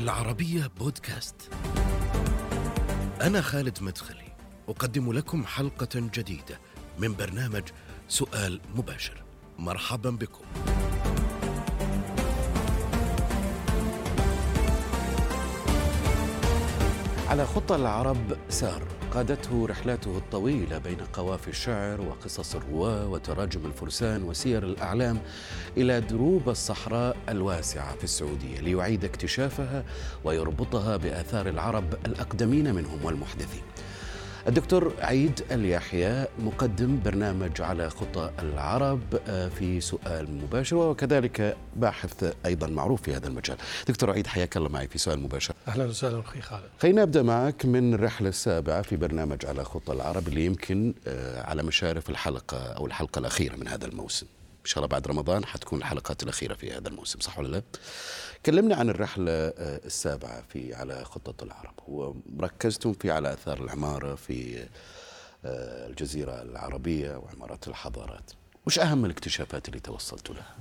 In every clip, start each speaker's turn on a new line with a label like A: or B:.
A: العربية بودكاست. أنا خالد مدخلي أقدم لكم حلقة جديدة من برنامج سؤال مباشر. مرحبا بكم. على خطى العرب سار قادته رحلاته الطويلة بين قوافي الشعر وقصص الرواة وتراجم الفرسان وسير الأعلام إلى دروب الصحراء الواسعة في السعودية ليعيد اكتشافها ويربطها بآثار العرب الأقدمين منهم والمحدثين. الدكتور عيد اليحيى مقدم برنامج على خطى العرب في سؤال مباشر، وكذلك باحث أيضا معروف في هذا المجال. دكتور عيد، حياك الله معي في سؤال مباشر.
B: أهلا وسهلا أخي خالد.
A: خلينا نبدأ معك من الرحلة السابعة في برنامج على خطى العرب اللي يمكن على مشارف الحلقة أو الحلقة الأخيرة من هذا الموسم. إن شاء الله بعد رمضان حتكون الحلقات الأخيرة في هذا الموسم، صح ولا لا؟ كلمنا عن الرحلة السابعة في على خطة العرب. هو ركزتم في على آثار العمارة في الجزيرة العربية وعمارات الحضارات. وش أهم الاكتشافات اللي توصلتوا لها؟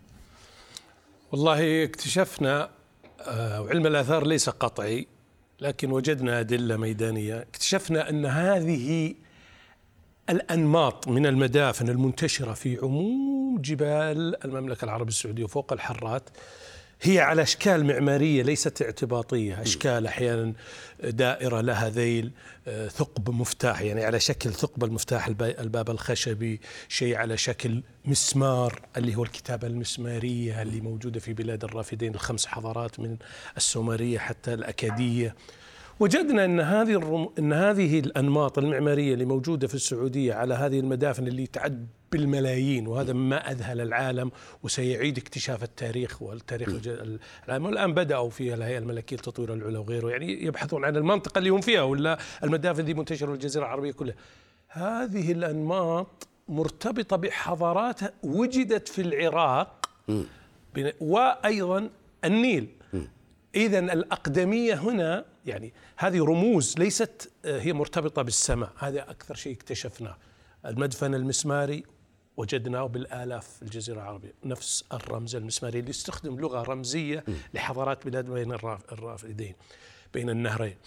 B: والله اكتشفنا وعلم الآثار ليس قطعي، لكن وجدنا أدلة ميدانية. اكتشفنا أن هذه الأنماط من المدافن المنتشرة في عموم جبال المملكة العربية السعودية وفوق الحرات هي على أشكال معمارية ليست اعتباطية. أشكال أحيانا دائرة لها ذيل، ثقب مفتاح يعني على شكل ثقب المفتاح الباب الخشبي، شيء على شكل مسمار اللي هو الكتابة المسمارية اللي موجودة في بلاد الرافدين الخمس حضارات من السومرية حتى الأكادية. وجدنا أن هذه الأنماط المعمارية اللي موجودة في السعودية على هذه المدافن اللي تعد بالملايين، وهذا مما أذهل العالم وسيعيد اكتشاف التاريخ والتاريخ العالم. والآن بدأوا في الهيئة الملكية لتطوير العلا وغيره يعني يبحثون عن المنطقة اللي هم فيها ولا المدافن دي منتشرة في الجزيرة العربية كلها. هذه الأنماط مرتبطة بحضارات وجدت في العراق وأيضا النيل. إذن الأقدمية هنا يعني هذه رموز ليست هي مرتبطة بالسماء. هذا أكثر شيء اكتشفناه. المدفن المسماري وجدناه بالآلاف في الجزيرة العربية، نفس الرمز المسماري اللي يستخدم لغة رمزية لحضارات بلاد بين الرافدين بين النهرين.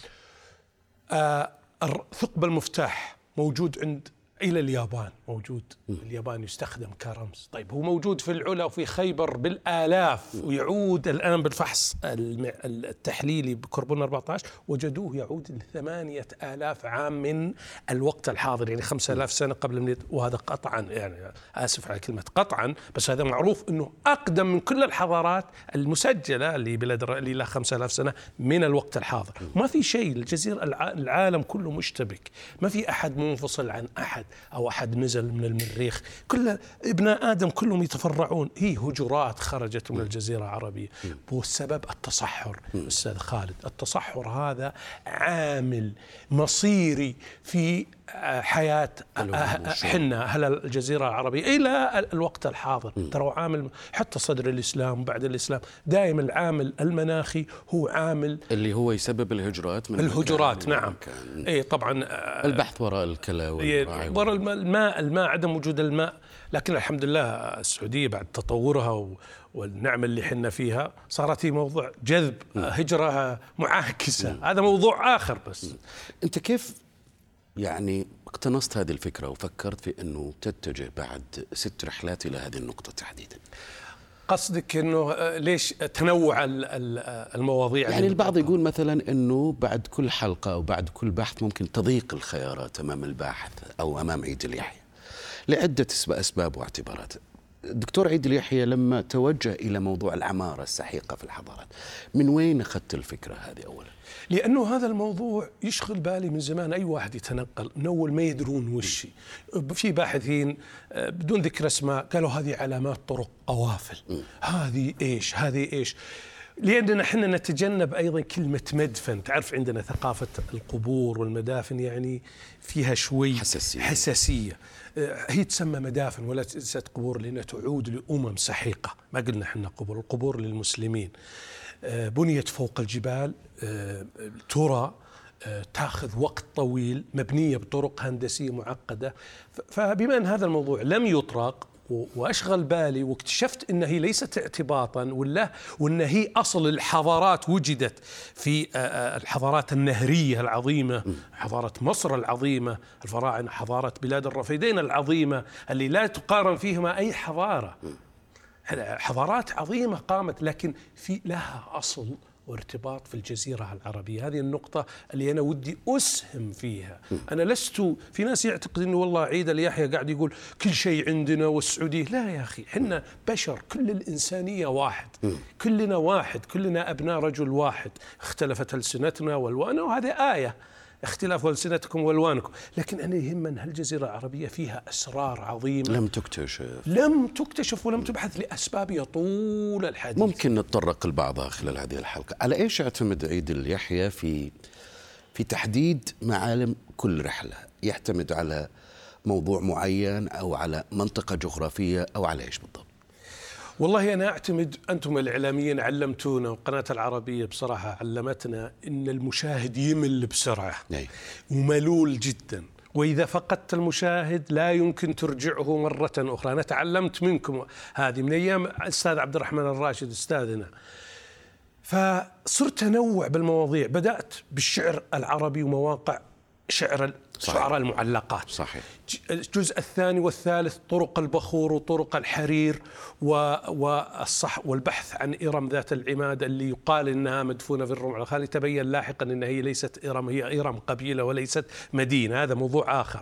B: ثقب المفتاح موجود إلى اليابان، موجود اليابان يستخدم كرمز. طيب هو موجود في العلا وفي خيبر بالآلاف، ويعود الآن بالفحص التحليلي بكربون 14 وجدوه يعود ل8,000 عام من الوقت الحاضر، يعني 5,000 سنة قبل الميلاد. وهذا قطعا يعني آسف على كلمة قطعا، بس هذا معروف أنه أقدم من كل الحضارات المسجلة اللي بلاد اللي لها 5,000 سنة من الوقت الحاضر. ما في شيء، الجزيرة العالم كله مشتبك، ما في أحد منفصل عن أحد أو أحد نزل من المريخ، كل ابن آدم كلهم يتفرعون. هي هجرات خرجت من الجزيرة العربية، والسبب التصحر. أستاذ خالد، التصحر هذا عامل مصيري في حياة حنا أهل الجزيرة العربية إلى الوقت الحاضر. ترى عامل حتى صدر الإسلام وبعد الإسلام دائما العامل المناخي هو عامل اللي
A: هو يسبب الهجرات من
B: الهجرات. نعم إيه طبعا
A: البحث وراء الكلى
B: وراء الماء عدم وجود الماء. لكن الحمد لله السعودية بعد تطورها والنعمة اللي حنا فيها صارت هي موضوع جذب هجرة معاكسة. هذا موضوع آخر. بس
A: أنت كيف يعني اقتنصت هذه الفكرة وفكرت في أنه تتجه بعد 6 رحلات إلى هذه النقطة تحديدا؟
B: قصدك أنه ليش تنوع المواضيع؟
A: يعني البعض يقول مثلا أنه بعد كل حلقة أو بعد كل بحث ممكن تضيق الخيارات أمام الباحث أو أمام عيد اليحيى لعدة أسباب واعتبارات. الدكتور عيد اليحيى لما توجه إلى موضوع العمارة السحيقة في الحضارات، من وين أخذت الفكرة هذه أولا؟
B: لأنه هذا الموضوع يشغل بالي من زمان. أي واحد يتنقل من أول ما يدرون وش في باحثين بدون ذكر اسماء قالوا هذه علامات طرق قوافل، هذه إيش هذه إيش. لأننا احنا نتجنب أيضا كلمة مدفن. تعرف عندنا ثقافة القبور والمدافن يعني فيها شوي حساسية. هي تسمى مدافن ولا تسمى قبور لأنها تعود لأمم سحيقة. ما قلنا احنا قبور، القبور للمسلمين بنيت فوق الجبال، ترى تأخذ وقت طويل، مبنية بطرق هندسية معقدة. فبما أن هذا الموضوع لم يطرق وأشغل بالي واكتشفت أنها هي ليست اعتباطا وأن هي أصل الحضارات وجدت في الحضارات النهرية العظيمة، حضارة مصر العظيمة، الفراعنة، حضارة بلاد الرافدين العظيمة اللي لا تقارن فيهما أي حضارة. حضارات عظيمة قامت، لكن في لها أصل وارتباط في الجزيرة العربية. هذه النقطة اللي أنا ودي أسهم فيها. أنا لست، في ناس يعتقد أنه والله عيد اليحيى قاعد يقول كل شيء عندنا والسعودية. لا يا أخي، حنا بشر، كل الإنسانية واحد، كلنا واحد، كلنا أبناء رجل واحد، اختلفت ألسنتنا والواننا، وهذه آية، اختلاف ألسنتكم والوانكم. لكن أنا يهمني هالجزيرة العربية فيها أسرار عظيمة لم تكتشف ولم تبحث لأسباب يطول الحديث.
A: ممكن نتطرق لبعضها خلال هذه الحلقة. على إيش يعتمد عيد اليحيى في تحديد معالم كل رحلة؟ يعتمد على موضوع معين أو على منطقة جغرافية أو على إيش بالضبط؟
B: والله أنا أعتمد، أنتم الإعلاميين علمتونا، وقناة العربية بصراحة علمتنا إن المشاهد يمل بسرعة وملول جدا، وإذا فقدت المشاهد لا يمكن ترجعه مرة أخرى. أنا تعلمت منكم هذه من أيام الأستاذ عبد الرحمن الراشد أستاذنا، فصرت أنوع بالمواضيع. بدأت بالشعر العربي ومواقع شعر شعراء المعلقات.
A: صحيح.
B: الجزء الثاني والثالث طرق البخور وطرق الحرير والصح والبحث عن إرم ذات العماد اللي يقال إنها مدفونة في الرمع الخالي. تبين لاحقا إنها هي ليست إرم، هي إرم قبيلة وليست مدينة، هذا موضوع آخر.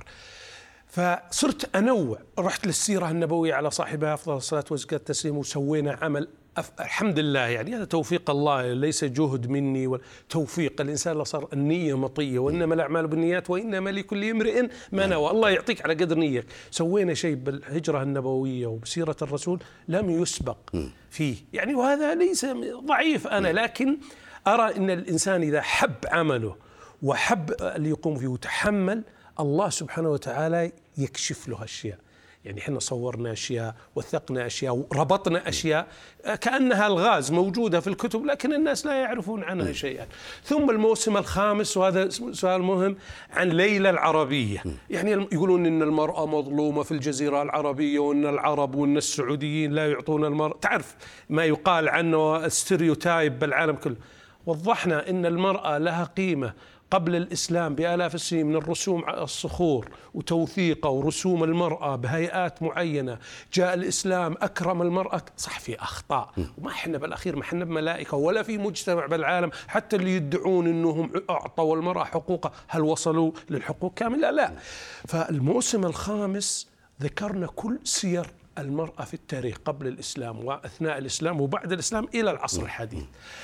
B: فصرت أنوع، رحت للسيرة النبوية على صاحبها أفضل الصلاة وأزكى التسليم، وسوينا عمل الحمد لله، يعني هذا توفيق الله، ليس جهد مني، توفيق الإنسان صار النية مطية، وإنما الأعمال بالنيات وإنما لكل امرئ ما نوى. الله يعطيك على قدر نيتك. سوينا شيء بالهجرة النبوية وبسيرة الرسول لم يسبق فيه يعني، وهذا ليس ضعيف أنا، لكن أرى أن الإنسان إذا حب عمله وحب اللي يقوم فيه وتحمل، الله سبحانه وتعالى يكشف له أشياء. يعني احنا صورنا أشياء، وثقنا أشياء، وربطنا أشياء كأنها الغاز موجودة في الكتب، لكن الناس لا يعرفون عنها شيئا. ثم الموسم الخامس، وهذا سؤال مهم، عن ليلة العربية. يعني يقولون إن المرأة مظلومة في الجزيرة العربية، وإن العرب وإن السعوديين لا يعطون المرأة، تعرف ما يقال عنه ستيريوتايب بالعالم كله. وضحنا إن المرأة لها قيمة قبل الإسلام بآلاف السنين، من الرسوم على الصخور وتوثيقه ورسوم المرأة بهيئات معينة. جاء الإسلام أكرم المرأة، صح في أخطاء، وما إحنا بالأخير ما إحنا بملائكة ولا في مجتمع بالعالم حتى اللي يدعون أنهم أعطوا المرأة حقوقها، هل وصلوا للحقوق كاملة؟ لا. فالموسم الخامس ذكرنا كل سير المرأة في التاريخ قبل الإسلام وأثناء الإسلام وبعد الإسلام إلى العصر الحديث.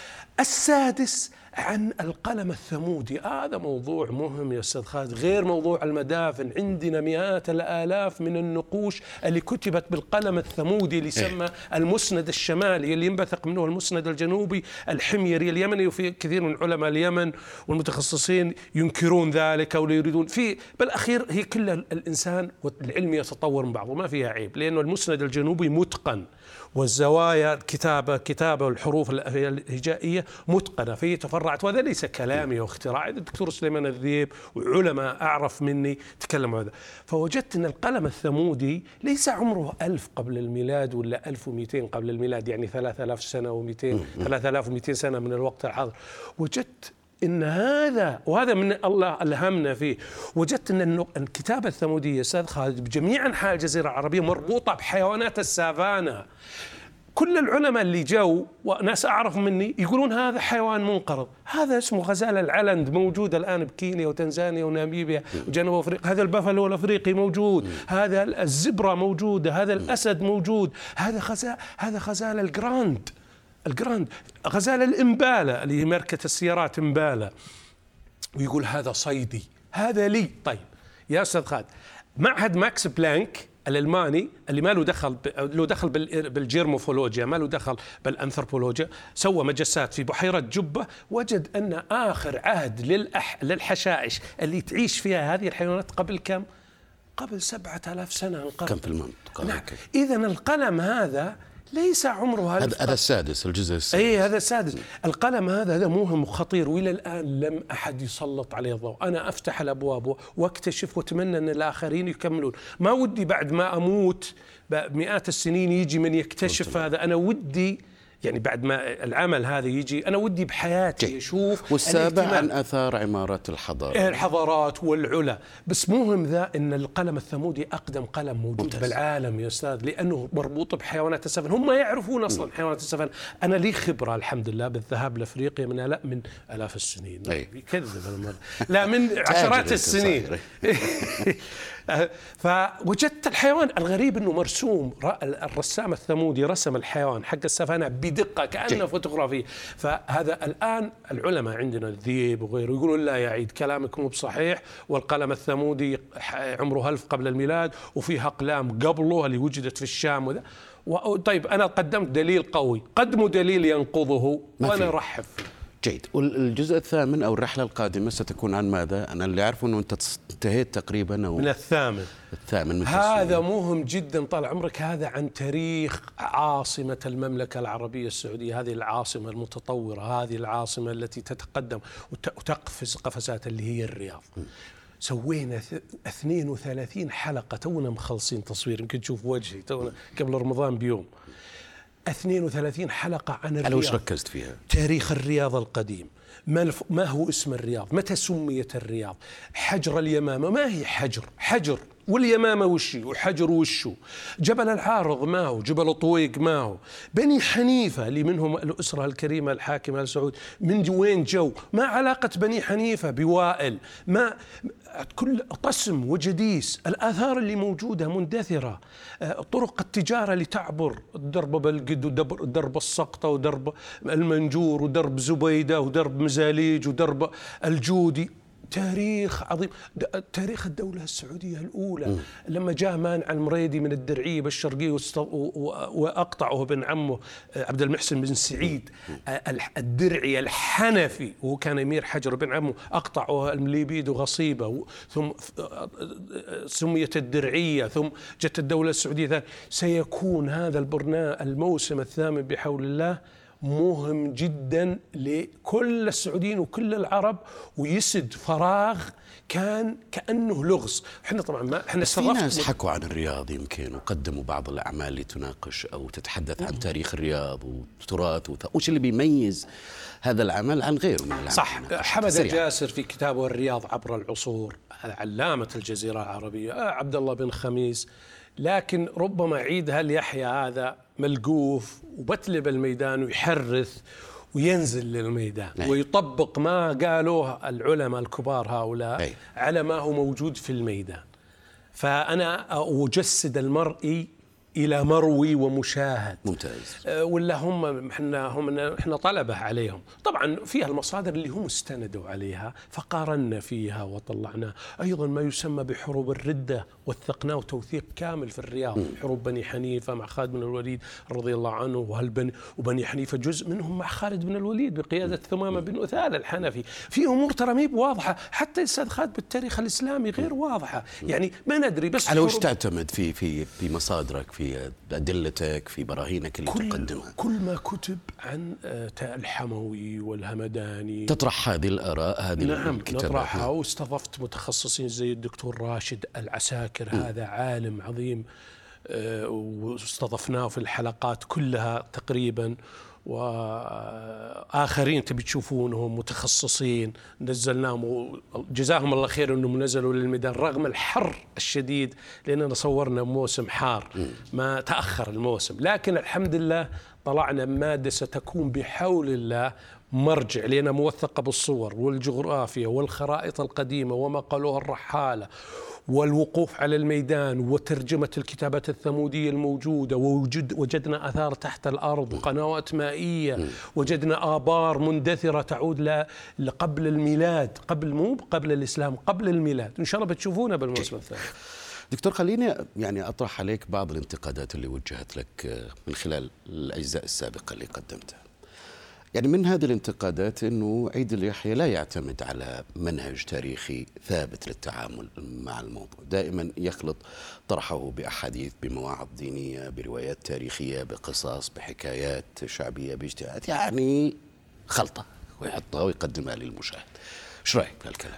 B: السادس عن القلم الثمودي. هذا موضوع مهم يا أستاذ خالد، غير موضوع المدافن. عندنا مئات الآلاف من النقوش اللي كتبت بالقلم الثمودي اللي يسمى المسند الشمالي، اللي ينبثق منه المسند الجنوبي الحميري اليمني. وفي كثير من علماء اليمن والمتخصصين ينكرون ذلك أو لا يريدون. بالأخير هي كل الإنسان والعلم يتطور من بعض وما فيها عيب، لأنه المسند الجنوبي متقن، والزوايا كتابة والحروف الهجائية متقنة، فهي تفرعت. وهذا ليس كلامي واختراعي، الدكتور سليمان الذيب وعلماء أعرف مني تكلموا هذا. فوجدت أن القلم الثمودي ليس عمره 1000 قبل الميلاد ولا 1200 قبل الميلاد، يعني 3000 سنة و200 3200 سنة من الوقت الحاضر. وجدت إن وهذا من الله ألهمنا فيه. وجدت أن الكتابة الثمودية أستاذ خالد بجميع أنحاء الجزيرة العربية مربوطة بحيوانات السافانا. كل العلماء اللي جو وناس أعرف مني يقولون هذا حيوان منقرض، هذا اسمه غزال العلند، موجود الآن بكينيا وتنزانيا وناميبيا وجنوب أفريقيا. هذا البفلو الأفريقي موجود، هذا الزبرة موجودة، هذا الأسد موجود، هذا غزال الجراند، غزال الإمبالة اللي هي ماركة السيارات إمبالة. ويقول هذا صيدي، هذا لي. طيب يا أستاذ خالد، معهد ماكس بلانك الألماني اللي ما له دخل بالجيرموفولوجيا، ما له دخل بالأنثروبولوجيا، سوى مجسات في بحيرة جبة، وجد أن آخر عهد للحشائش اللي تعيش فيها هذه الحيوانات قبل كم؟ قبل 7000 سنة انقرض.
A: كم في المنطقة؟
B: نعم. إذن القلم هذا ليس عمره
A: هذا السادس، الجزء السادس.
B: هذا السادس. القلم هذا مهم وخطير، وإلى الآن لم أحد يسلط عليه الضوء. أنا أفتح الأبواب واكتشف وأتمنى أن الآخرين يكملون. ما ودي بعد ما أموت بمئات السنين يجي من يكتشف هذا. أنا ودي يعني بعد ما العمل هذا يجي أنا ودي بحياتي أشوف.
A: والسابع عن آثار عمارات
B: الحضارات والعلا. بس مهم ذا أن القلم الثمودي أقدم قلم موجود بالعالم يا أستاذ، لأنه مربوط بحيوانات السفن. هم يعرفون أصلا حيوانات السفن. أنا لي خبرة الحمد لله بالذهاب لأفريقيا من آلاف السنين. يكذب لا، من عشرات السنين. فوجدت الحيوان الغريب أنه مرسوم. الرسام الثمودي رسم الحيوان حق السفنة بدقة كأنه فوتوغرافي. فهذا الآن العلماء عندنا الذئب وغيره يقولون لا يا عيد كلامك مو بصحيح، والقلم الثمودي عمره 1000 قبل الميلاد، وفيه أقلام قبله اللي وجدت في الشام وذا. طيب أنا قدمت دليل قوي، قدموا دليل ينقضه وأنا أرحب فيه.
A: جيد. والجزء الثامن أو الرحلة القادمة ستكون عن ماذا؟ أنا اللي أعرفه أنه أنت انتهيت تقريبا
B: من الثامن
A: من
B: هذا مهم جدا طال عمرك. هذا عن تاريخ عاصمة المملكة العربية السعودية، هذه العاصمة المتطورة، هذه العاصمة التي تتقدم وتقفز قفزات اللي هي الرياض. سوينا 32 حلقة، تونا مخلصين تصوير، يمكن تشوف وجهي تونا قبل رمضان بيوم. 32 حلقة عن الرياض.
A: وش ركزت فيها؟
B: تاريخ الرياض القديم، ما هو اسم الرياض، متى سميت الرياض، حجر اليمامة ما هي حجر واليمامة وشي وحجر وشو، جبل العارض ما هو، جبل طويق ما هو، بني حنيفة اللي منهم الأسرة الكريمة الحاكمة السعود من وين جو، ما علاقة بني حنيفة بوائل، ما كل قسم وجديس، الآثار اللي موجودة مندثرة، طرق التجارة اللي تعبر درب بلقد ودرب السقطة ودرب المنجور ودرب زبيدة ودرب مزاليج ودرب الجودي. تاريخ عظيم. تاريخ الدولة السعودية الأولى لما جاء مانع المريدي من الدرعية بالشرقية وأقطعه بن عمه عبد المحسن بن سعيد الدرعي الحنفي، وهو كان أمير حجر بن عمه، أقطعه المليبيد وغصيبة، ثم سميت الدرعية، ثم جت الدولة السعودية. سيكون هذا الموسم الثامن بحول الله مهم جدا لكل السعوديين وكل العرب، ويسد فراغ كان كأنه لغز. احنا طبعا احنا
A: في ناس حكوا عن الرياض يمكن وقدموا بعض الأعمال اللي تناقش أو تتحدث عن تاريخ الرياض وتراث وش اللي بيميز هذا العمل عن غيره من الأعمال.
B: صح. حمد الجاسر في كتابه الرياض عبر العصور، علامة الجزيرة العربية، عبد الله بن خميس. لكن ربما عيد هل يحيى هذا ملقوف وبتلب الميدان ويحرث وينزل للميدان ويطبق ما قالوه العلماء الكبار هؤلاء على ما هو موجود في الميدان. فأنا أجسد المرئي إلى مروي ومشاهد.
A: ممتاز.
B: ولا احنا طلبة عليهم. طبعا فيها المصادر اللي هم استندوا عليها فقارنا فيها وطلعنا. أيضا ما يسمى بحروب الردة وثقناه توثيق كامل في الرياض. حروب بني حنيفة مع خالد بن الوليد رضي الله عنه، وبني حنيفة جزء منهم مع خالد بن الوليد بقيادة ثمامة بن أثال الحنفي. في أمور ترى ميب واضحة، حتى أستاذ خالد بالتاريخ الإسلامي غير واضحة. يعني ما ندري. بس
A: على وش تعتمد في مصادرك، في أدلتك، في براهينك اللي تقدمها؟
B: كل ما كتب عن الحموي والهمداني
A: تطرح هذه الآراء، هذه الكتابات.
B: نطرحها. واستضفت متخصصين زي الدكتور راشد العساكر، هذا عالم عظيم، واستضفناه في الحلقات كلها تقريبا. وآخرين تبي تشوفونهم متخصصين نزلناهم، جزاهم الله خير أنهم نزلوا للميدان رغم الحر الشديد، لأننا صورنا موسم حار ما تأخر الموسم. لكن الحمد لله طلعنا مادة ستكون بحول الله مرجع لنا موثقة بالصور والجغرافيا والخرائط القديمة وما قالوها الرحالة والوقوف على الميدان وترجمة الكتابات الثمودية الموجودة. وجدنا آثار تحت الأرض وقنوات مائية، وجدنا آبار مندثرة تعود لقبل الميلاد، قبل الإسلام، قبل الميلاد. إن شاء الله بتشوفونا بالموسم الثاني.
A: دكتور خليني يعني أطرح عليك بعض الانتقادات اللي وجهت لك من خلال الأجزاء السابقة اللي قدمتها. يعني من هذه الانتقادات أنه عيد اليحيى لا يعتمد على منهج تاريخي ثابت للتعامل مع الموضوع، دائما يخلط طرحه بأحاديث، بمواعظ دينية، بروايات تاريخية، بقصص، بحكايات شعبية، باجتهاد، يعني خلطة ويحطها ويقدمها للمشاهد. ايش رايك بهالكلام؟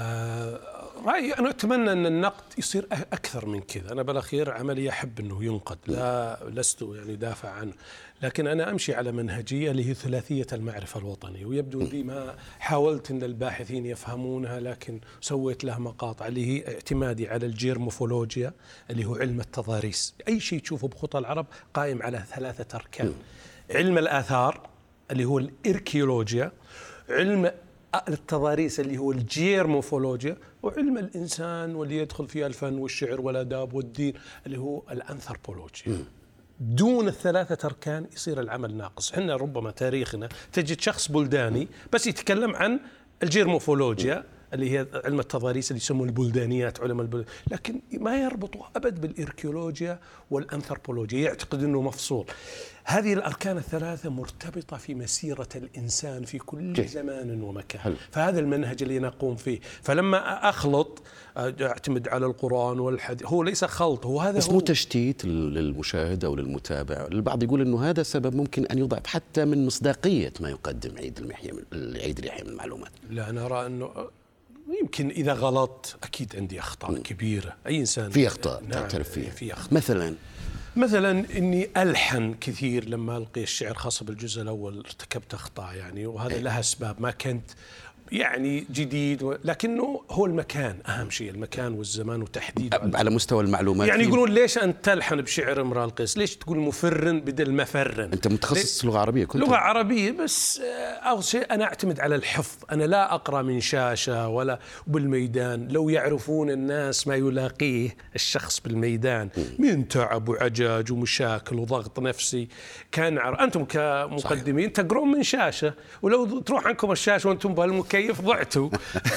B: رأيي أنا أتمنى أن النقد يصير أكثر من كذا. أنا بالأخير عملي أحب أنه ينقد، لست يعني دافع عنه، لكن أنا أمشي على منهجية اللي هي ثلاثية المعرفة الوطنية، ويبدو لي ما حاولت أن الباحثين يفهمونها، لكن سويت لها مقاطع اللي هي اعتمادي على الجيرموفولوجيا اللي هو علم التضاريس. أي شيء تشوفه بخطى العرب قائم على 3 أركان: علم الآثار اللي هو الإركيولوجيا، علم التضاريس اللي هو الجيرموفولوجيا، وعلم الإنسان واللي يدخل فيها الفن والشعر والآداب والدين اللي هو الأنثروبولوجيا. دون ال3 أركان يصير العمل ناقص. حنا ربما تاريخنا تجد شخص بلداني بس يتكلم عن الجيرموفولوجيا اللي هي علم التضاريس اللي يسمون البلدانيات، علماء لكن ما يربطوا أبد بالإركيولوجيا والأنثروبولوجيا، يعتقد أنه مفصول. هذه الأركان ال3 مرتبطة في مسيرة الإنسان في كل زمان ومكان. فهذا المنهج اللي نقوم فيه. فلما أخلط أعتمد على القرآن والحديث، هو ليس خلط، هو هذا
A: اسمه تشتيت للمشاهد أو للمتابع. البعض يقول أنه هذا سبب ممكن أن يضعف حتى من مصداقية ما يقدم عيد اليحيى من المعلومات.
B: لا، أنا أرى أنه يمكن إذا غلط أكيد عندي أخطاء كبيرة، أي إنسان
A: في أخطاء تعترف فيها. في أخطاء
B: مثلا إني ألحن كثير. لما ألقي الشعر خاصة بالجزء الأول ارتكبت أخطاء يعني، وهذا لها أسباب. ما كنت يعني جديد، لكنه هو المكان أهم شيء، المكان والزمان وتحديده
A: على مستوى المعلومات.
B: يعني يقولون ليش أنت تلحن بشعر امرأ القيس؟ ليش تقول مفرن بدل مفرن؟
A: أنت متخصص لغة عربية؟ كنت
B: لغة عربية، بس أول شيء أنا أعتمد على الحفظ. أنا لا أقرأ من شاشة ولا بالميدان. لو يعرفون الناس ما يلاقيه الشخص بالميدان من تعب وعجاج ومشاكل وضغط نفسي، كان أنتم كمقدمين تقرؤون من شاشة، ولو تروح عنكم الشاشة وأنتم بهالمكيف ضعتوا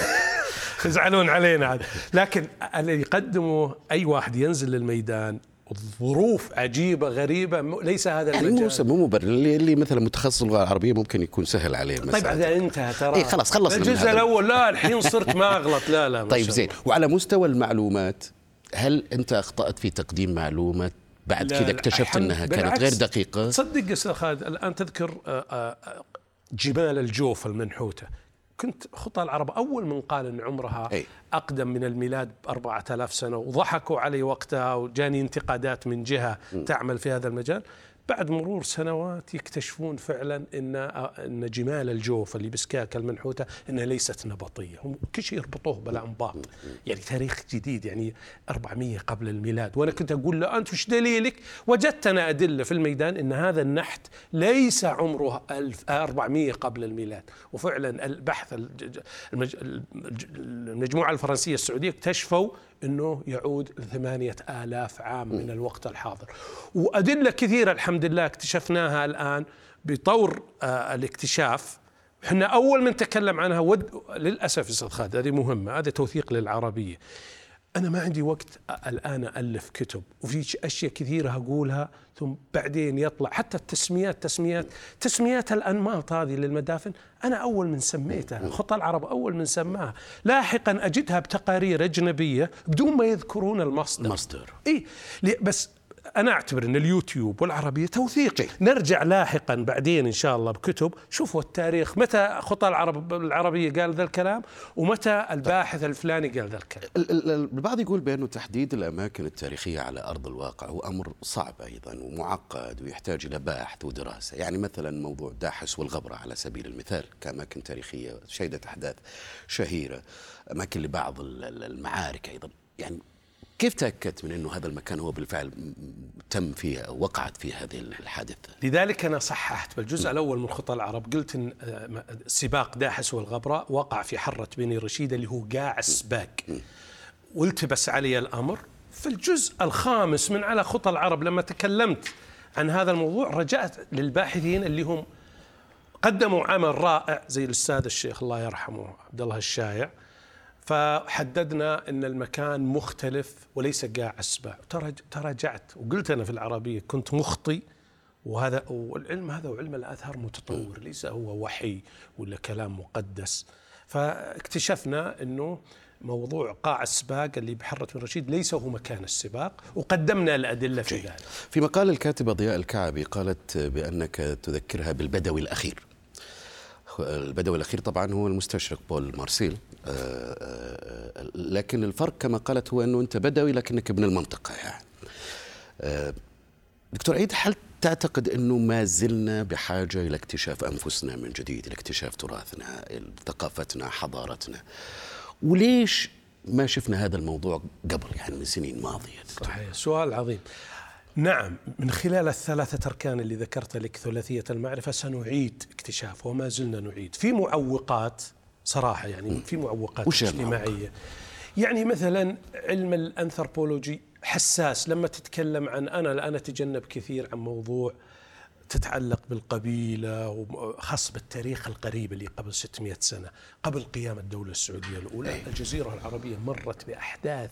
B: يزعلون علينا عاد. لكن اللي يقدمه أي واحد ينزل للميدان، الظروف عجيبة غريبة، ليس هذا
A: يعني
B: المجال.
A: مو مبرر. اللي مثلا متخصص اللغة العربية ممكن يكون سهل عليه.
B: طيب هذا انتهى ترى.
A: خلاص خلصنا
B: الجزء الأول. لا الحين صرت ما أغلط. لا
A: طيب زين. وعلى مستوى المعلومات، هل أنت أخطأت في تقديم معلومات بعد كذا اكتشفت أنها كانت غير دقيقة؟
B: تصدق أستاذ خالد الآن تذكر جمال الجوف المنحوتة. كنت خطى العرب أول من قال أن عمرها أقدم من الميلاد ب4000 سنة، وضحكوا علي وقتها، وجاني انتقادات من جهة تعمل في هذا المجال. بعد مرور سنوات يكتشفون فعلا ان جمال الجوف اللي بسكاك المنحوته انها ليست نبطيه، هم كل شيء يربطوه بالانباط. يعني تاريخ جديد، يعني 400 قبل الميلاد. وانا كنت اقول له انت وش دليلك؟ وجدت انا ادله في الميدان ان هذا النحت ليس عمره 1400 قبل الميلاد. وفعلا البحث المجموعه الفرنسيه السعوديه اكتشفوا أنه يعود ل8000 عام من الوقت الحاضر. وأدلة كثيرة الحمد لله اكتشفناها الآن بطور الاكتشاف. احنا أول من تكلم عنها للأسف أستاذ خالد، هذه مهمة، هذا توثيق للعربية. أنا ما عندي وقت الآن ألف كتب، وفي أشياء كثيرة أقولها ثم بعدين يطلع حتى تسميات الأنماط هذه للمدافن. أنا أول من سميتها، خطى العرب أول من سماها. لاحقا أجدها بتقارير أجنبية بدون ما يذكرون المصدر. بس أنا أعتبر أن اليوتيوب والعربية توثيق. نرجع لاحقا بعدين إن شاء الله بكتب شوفوا التاريخ، متى خطى العربية قال ذا الكلام، ومتى الباحث الفلاني قال ذا الكلام.
A: البعض يقول بأنه تحديد الأماكن التاريخية على أرض الواقع هو أمر صعب أيضا ومعقد ويحتاج إلى بحث ودراسة. يعني مثلا موضوع داحس والغبرة على سبيل المثال كأماكن تاريخية شهدت أحداث شهيرة، أماكن لبعض المعارك أيضا. يعني كيف تأكدت من أنه هذا المكان هو بالفعل تم فيه أو وقعت فيه هذه الحادثة؟
B: لذلك أنا صححت بالجزء الأول من خطى العرب، قلت إن سباق داحس والغبرة وقع في حرة بني رشيد اللي هو قاع السباق، والتبس علي الأمر. في الجزء الخامس من على خطى العرب لما تكلمت عن هذا الموضوع رجعت للباحثين اللي هم قدموا عمل رائع زي الأستاذ الشيخ الله يرحمه عبد الله الشايع، فحددنا أن المكان مختلف وليس قاع السباع. تراجعت وقلت أنا في العربية كنت مخطي وهذا والعلم هذا وعلم الآثار متطور، ليس هو وحي ولا كلام مقدس. فاكتشفنا أنه موضوع قاع السباق اللي بحرة بن رشيد ليس هو مكان السباق، وقدمنا الأدلة في ذلك.
A: في مقال الكاتبة ضياء الكعبي قالت بأنك تذكرها بالبدوي الأخير. البدوي الأخير طبعا هو المستشرق بول مارسيل، لكن الفرق كما قالت هو أنه أنت بدوي لكنك ابن المنطقة يعني. دكتور عيد، هل تعتقد أنه ما زلنا بحاجة إلى اكتشاف أنفسنا من جديد، إلى اكتشاف تراثنا، ثقافتنا، حضارتنا؟ وليش ما شفنا هذا الموضوع قبل يعني من سنين ماضية؟
B: صحيح، سؤال عظيم. نعم، من خلال الثلاثة أركان اللي ذكرت لك، ثلاثية المعرفة، سنعيد اكتشافه وما زلنا نعيد. في معوقات صراحة، يعني في معوقات اجتماعية. يعني مثلا علم الأنثروبولوجي حساس لما تتكلم عن أنا الآن أتجنب كثير عن موضوع تتعلق بالقبيلة، وخاصة بالتاريخ القريب اللي قبل 600 سنة، قبل قيام الدولة السعودية الأولى. الجزيرة العربية مرت بأحداث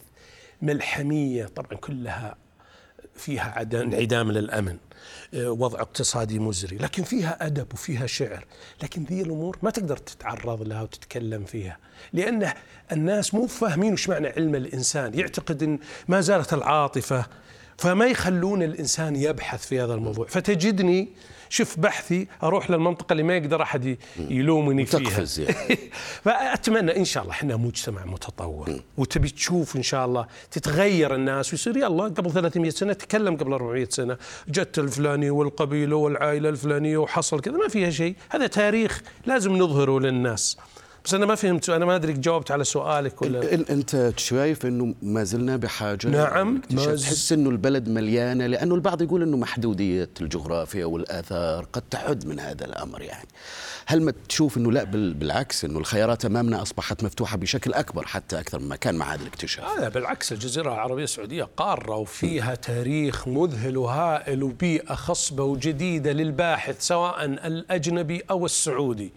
B: ملحمية طبعا كلها فيها انعدام للأمن، وضع اقتصادي مزري، لكن فيها أدب وفيها شعر. لكن ذي الأمور ما تقدر تتعرض لها وتتكلم فيها، لأن الناس مو فاهمين وش معنى علم الإنسان، يعتقد أن ما زالت العاطفة، فما يخلون الإنسان يبحث في هذا الموضوع. فتجدني شوف بحثي أروح للمنطقة اللي ما يقدر أحد يلومني فيها.
A: يعني.
B: فأتمنى إن شاء الله إحنا مجتمع متطور، وتبي تشوف إن شاء الله تتغير الناس ويصير يلا قبل 300 سنة تكلم قبل 400 سنة جت الفلاني والقبيلة والعائلة الفلانية وحصل كذا، ما فيها شيء. هذا تاريخ لازم نظهره للناس. بس أنا ما فهمت، أنا ما أدري جاوبت على سؤالك ولا.
A: أنت شايف إنه ما زلنا بحاجة؟
B: نعم،
A: تحس إنه البلد مليانة، لأنه البعض يقول إنه محدودية الجغرافيا والآثار قد تحد من هذا الأمر يعني. هل ما تشوف إنه لا بالعكس، إنه الخيارات أمامنا أصبحت مفتوحة بشكل أكبر، حتى أكثر مما كان مع هذا الاكتشاف؟
B: لا بالعكس، الجزيرة العربية السعودية قارة وفيها تاريخ مذهل وهائل وبيئة خصبة وجديدة للباحث سواء الأجنبي أو السعودي.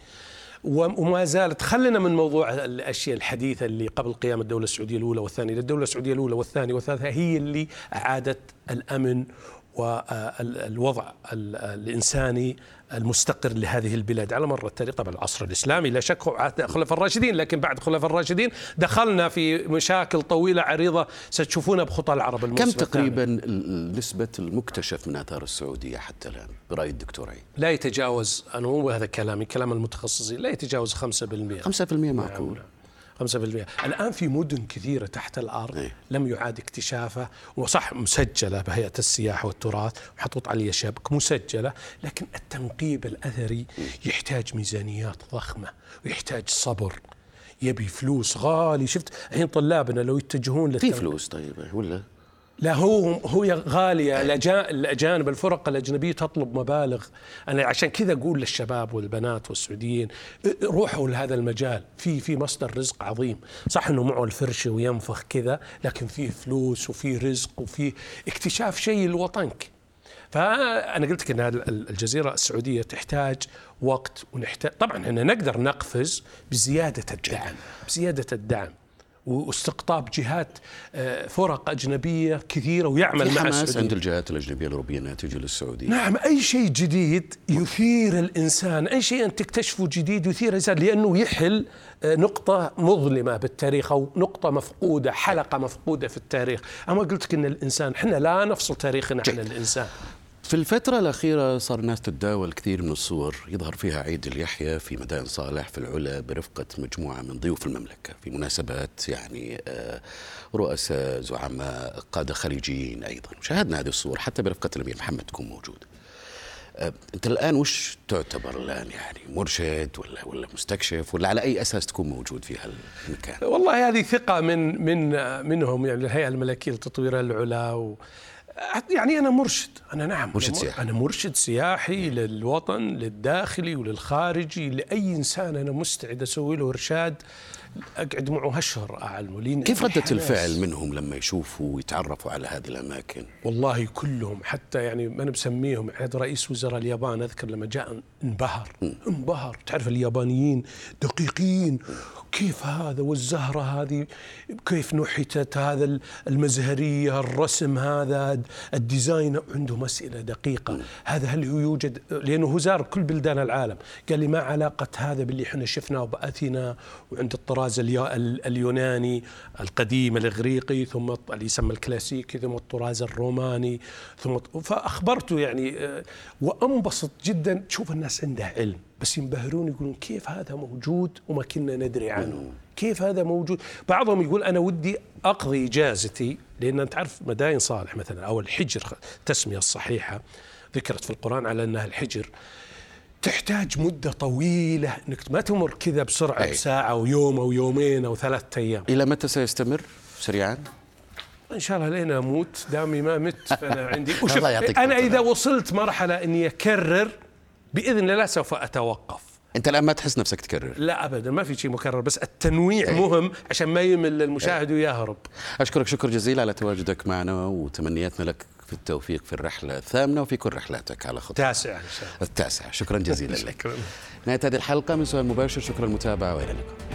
B: وما زالت، خلنا من موضوع الأشياء الحديثة اللي قبل قيام الدولة السعودية الأولى والثانية. الدولة السعودية الأولى والثانية والثالثة هي اللي أعادت الأمن والوضع الإنساني المستقر لهذه البلاد على مر التاريخ. طبعا العصر الإسلامي لا شك عهد الخلفاء الراشدين، لكن بعد الخلفاء الراشدين دخلنا في مشاكل طويلة عريضة ستشوفونها بخطى العرب المسلمين.
A: كم تقريبا نسبة المكتشف من آثار السعودية حتى الآن برأي الدكتور عيد؟
B: لا يتجاوز، أنا مو هذا كلامي، كلام المتخصصين، لا يتجاوز 5%.
A: 5% معقول؟
B: 5%. الآن في مدن كثيرة تحت الأرض لم يعاد اكتشافها، وصح مسجلة بهيئة السياحة والتراث ومحطوط عليها شبك مسجلة، لكن التنقيب الأثري يحتاج ميزانيات ضخمة ويحتاج صبر، يبي فلوس غالي. شفت الحين طلابنا لو يتجهون
A: في فلوس طيب ولا
B: لا، هو غالية. الأجانب، الفرق الأجنبية تطلب مبالغ. أنا عشان كذا أقول للشباب والبنات والسعوديين روحوا لهذا المجال، في مصدر رزق عظيم. صح إنه معه الفرشة وينفخ كذا، لكن فيه فلوس وفيه رزق وفيه اكتشاف شيء لوطنك. فأنا قلت لك أن الجزيرة السعودية تحتاج وقت، ونحتاج طبعا أن نقدر نقفز بزيادة الدعم واستقطاب جهات، فرق أجنبية كثيرة ويعمل مع السعودية.
A: عند الجهات الأجنبية الأوروبية أنها تجي للسعودية.
B: نعم، أي شيء جديد يثير الإنسان، أي شيء أن تكتشفه جديد يثير الإنسان، لأنه يحل نقطة مظلمة بالتاريخ أو نقطة مفقودة، حلقة مفقودة في التاريخ. أما قلت لك أن الإنسان، إحنا لا نفصل تاريخنا عن الإنسان.
A: في الفترة الأخيرة صار الناس تتداول كثير من الصور يظهر فيها عيد اليحيى في ميدان صالح في العلا برفقة مجموعة من ضيوف المملكة في مناسبات، يعني رؤساء، زعماء، قادة خليجيين أيضا. شاهدنا هذه الصور حتى برفقة الأمير محمد تكون موجود. أنت الآن وش تعتبر الآن، يعني مرشد ولا مستكشف، ولا على أي أساس تكون موجود في هالمكان؟
B: والله هذه ثقة منهم، يعني الهيئة الملكية لتطوير العلا يعني أنا مرشد، نعم
A: مرشد سياحي.
B: أنا مرشد سياحي للوطن، للداخلي وللخارجي، لأي إنسان أنا مستعد أسوي له إرشاد أقعد معه أشهر أعلمه.
A: كيف ردة الفعل منهم لما يشوفوا ويتعرفوا على هذه الأماكن؟
B: والله كلهم، حتى يعني ما نسميهم، هذا رئيس وزراء اليابان أذكر لما جاء انبهر. تعرف اليابانيين دقيقين، كيف هذا والزهرة هذه كيف نحتت، هذا المزهرية، الرسم هذا، الديزاين، عندهم أسئلة دقيقة. هذا هل هو يوجد؟ لأنه هو زار كل بلدان العالم. قال لي ما علاقة هذا باللي احنا شفناه بأثينا وعند الطراز اليوناني القديم الإغريقي، ثم اللي يسمى الكلاسيكي، ثم الطراز الروماني، فأخبرته يعني. وأنبسط جدا. تشوف الناس عندها علم بس ينبهرون، يقولون كيف هذا موجود وما كنا ندري عنه، كيف هذا موجود. بعضهم يقول أنا ودي أقضي إجازتي، لأن أنت تعرف مداين صالح مثلا أو الحجر، التسمية الصحيحة ذكرت في القرآن على أنها الحجر، تحتاج مدة طويلة، أنك ما تمر كذا بسرعة بساعة ويوم أو يومين أو 3 أيام.
A: إلى متى سيستمر سريعا؟
B: إن شاء الله لين أموت، دامي ما مت فأنا عندي
A: أنا
B: إذا وصلت مرحلة أني أكرر بإذن الله سوف أتوقف.
A: أنت الآن ما تحس نفسك تكرر؟
B: لا أبدا، ما في شيء مكرر، بس التنويع مهم عشان ما يمل المشاهد ويهرب.
A: أشكرك شكر جزيلا على تواجدك معنا، وتمنياتنا لك في التوفيق في الرحلة الثامنة وفي كل رحلاتك على خطوة
B: 9 إن شاء الله.
A: 9. شكرا جزيلا لك. نهاية هذه الحلقة من سؤال مباشر. شكرا للمتابعة وإلى اللقاء.